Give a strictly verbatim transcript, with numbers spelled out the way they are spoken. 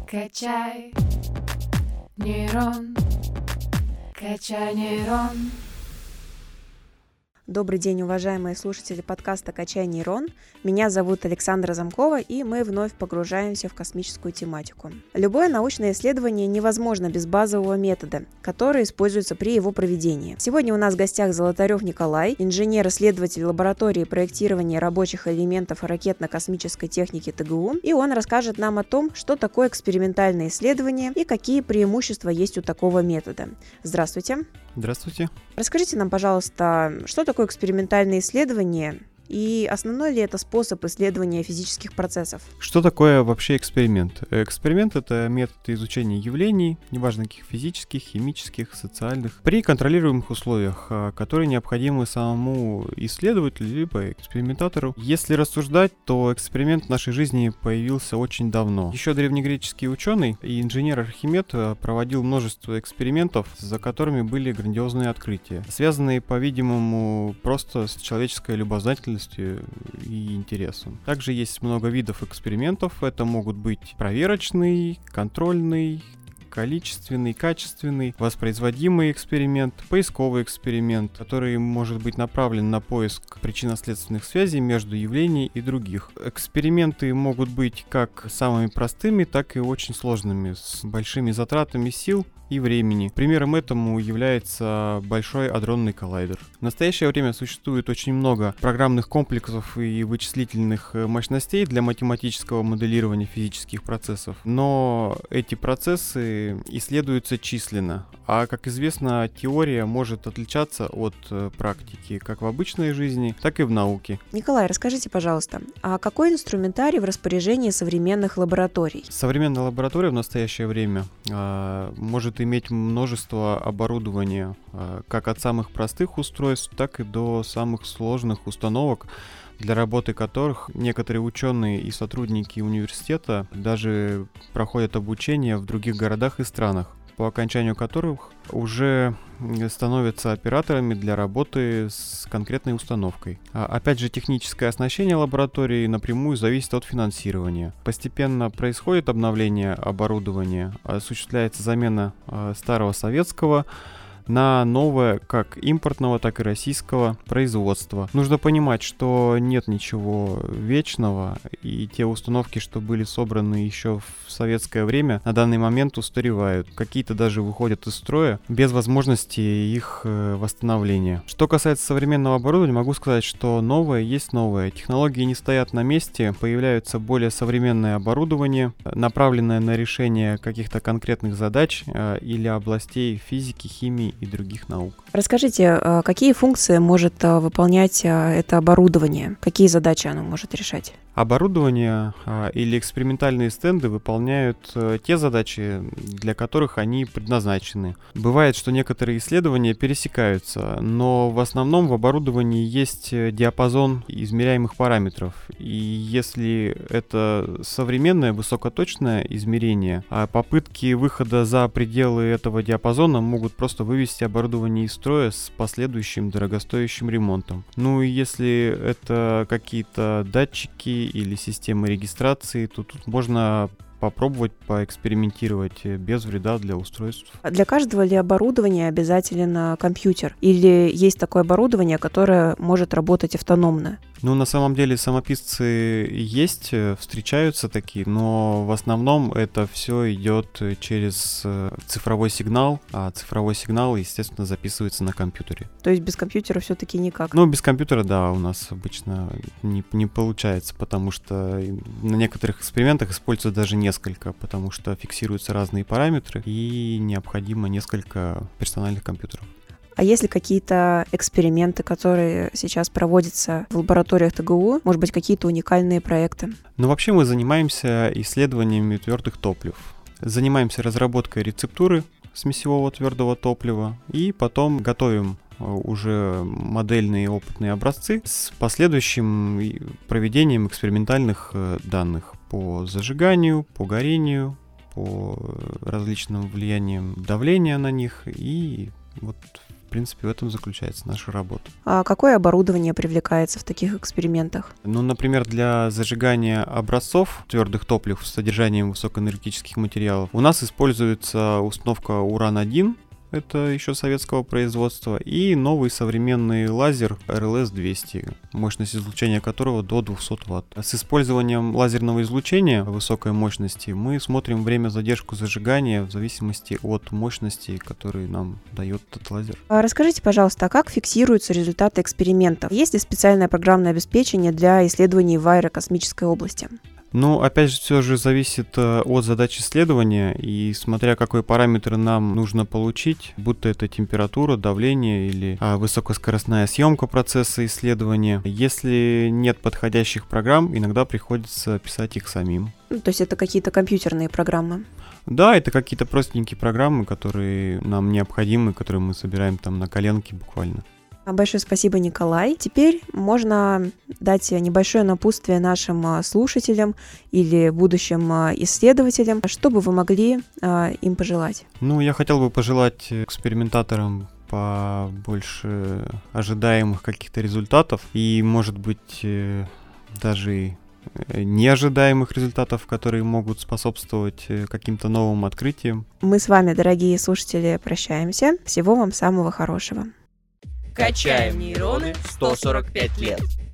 Качай нейрон, качай нейрон. Добрый день, уважаемые слушатели подкаста «Качай нейрон». Меня зовут Александра Замкова, и мы вновь погружаемся в космическую тематику. Любое научное исследование невозможно без базового метода, который используется при его проведении. Сегодня у нас в гостях Золотарев Николай, инженер-исследователь лаборатории проектирования рабочих элементов ракетно-космической техники ТГУ, и он расскажет нам о том, что такое экспериментальное исследование и какие преимущества есть у такого метода. Здравствуйте. Здравствуйте. Расскажите нам, пожалуйста, что такое экспериментальное исследование и основной ли это способ исследования физических процессов? Что такое вообще эксперимент? Эксперимент — это метод изучения явлений, неважно каких физических, химических, социальных, при контролируемых условиях, которые необходимы самому исследователю либо экспериментатору. Если рассуждать, то эксперимент в нашей жизни появился очень давно. Еще древнегреческий ученый и инженер Архимед проводил множество экспериментов, за которыми были грандиозные открытия, связанные, по-видимому, просто с человеческой любознательностью и интересом. Также есть много видов экспериментов. Это могут быть проверочный, контрольный, количественный, качественный, воспроизводимый эксперимент, поисковый эксперимент, который может быть направлен на поиск причинно-следственных связей между явлениями и других. Эксперименты могут быть как самыми простыми, так и очень сложными, с большими затратами сил и времени. Примером этому является Большой адронный коллайдер. В настоящее время существует очень много программных комплексов и вычислительных мощностей для математического моделирования физических процессов, но эти процессы исследуются численно, а, как известно, теория может отличаться от практики как в обычной жизни, так и в науке. Николай, расскажите, пожалуйста, а какой инструментарий в распоряжении современных лабораторий? Современная лаборатория в настоящее время а, может иметь множество оборудования, как от самых простых устройств, так и до самых сложных установок, для работы которых некоторые ученые и сотрудники университета даже проходят обучение в других городах и странах, по окончанию которых уже становятся операторами для работы с конкретной установкой. А опять же, техническое оснащение лаборатории напрямую зависит от финансирования. Постепенно происходит обновление оборудования, осуществляется замена старого советского на новое, как импортного, так и российского производства. Нужно понимать, что нет ничего вечного, и те установки, что были собраны еще в советское время, на данный момент устаревают. Какие-то даже выходят из строя без возможности их восстановления. Что касается современного оборудования, могу сказать, что новое есть новое. Технологии не стоят на месте, появляются более современное оборудование, направленное на решение каких-то конкретных задач или областей физики, химии и других наук. Расскажите, какие функции может выполнять это оборудование? Какие задачи оно может решать? Оборудование или экспериментальные стенды выполняют те задачи, для которых они предназначены. Бывает, что некоторые исследования пересекаются, но в основном в оборудовании есть диапазон измеряемых параметров. И если это современное высокоточное измерение, а попытки выхода за пределы этого диапазона могут просто вывести оборудование из строя с последующим дорогостоящим ремонтом. Ну и если это какие-то датчики или системы регистрации, то тут можно попробовать поэкспериментировать без вреда для устройств. Для каждого ли оборудования обязателен компьютер? Или есть такое оборудование, которое может работать автономно? Ну, на самом деле самописцы есть, встречаются такие, но в основном это все идет через цифровой сигнал, а цифровой сигнал, естественно, записывается на компьютере. То есть без компьютера все-таки никак? Ну, без компьютера, да, у нас обычно не, не получается, потому что на некоторых экспериментах используется даже несколько, потому что фиксируются разные параметры и необходимо несколько персональных компьютеров. А есть ли какие-то эксперименты, которые сейчас проводятся в лабораториях ТГУ? Может быть, какие-то уникальные проекты? Ну, вообще мы занимаемся исследованиями твердых топлив. Занимаемся разработкой рецептуры смесевого твердого топлива и потом готовим уже модельные опытные образцы с последующим проведением экспериментальных данных по зажиганию, по горению, по различным влияниям давления на них и вот В принципе, в этом заключается наша работа. А какое оборудование привлекается в таких экспериментах? Ну, например, для зажигания образцов твердых топлив с содержанием высокоэнергетических материалов у нас используется установка уран один, это еще советского производства, и новый современный лазер эр эл эс двести, мощность излучения которого до двухсот ватт. С использованием лазерного излучения высокой мощности мы смотрим время задержку зажигания в зависимости от мощности, которую нам дает этот лазер. А расскажите, пожалуйста, а как фиксируются результаты экспериментов? Есть ли специальное программное обеспечение для исследований в аэрокосмической области? Ну, опять же, все же зависит от задач исследования, и смотря какой параметр нам нужно получить, будто это температура, давление или а, высокоскоростная съемка процесса исследования. Если нет подходящих программ, иногда приходится писать их самим. Ну, то есть это какие-то компьютерные программы? Да, это какие-то простенькие программы, которые нам необходимы, которые мы собираем там на коленке буквально. Большое спасибо, Николай. Теперь можно дать небольшое напутствие нашим слушателям или будущим исследователям, что бы вы могли им пожелать. Ну, я хотел бы пожелать экспериментаторам побольше ожидаемых каких-то результатов и, может быть, даже неожидаемых результатов, которые могут способствовать каким-то новым открытиям. Мы с вами, дорогие слушатели, прощаемся. Всего вам самого хорошего. Качаем нейроны сто сорок пять лет.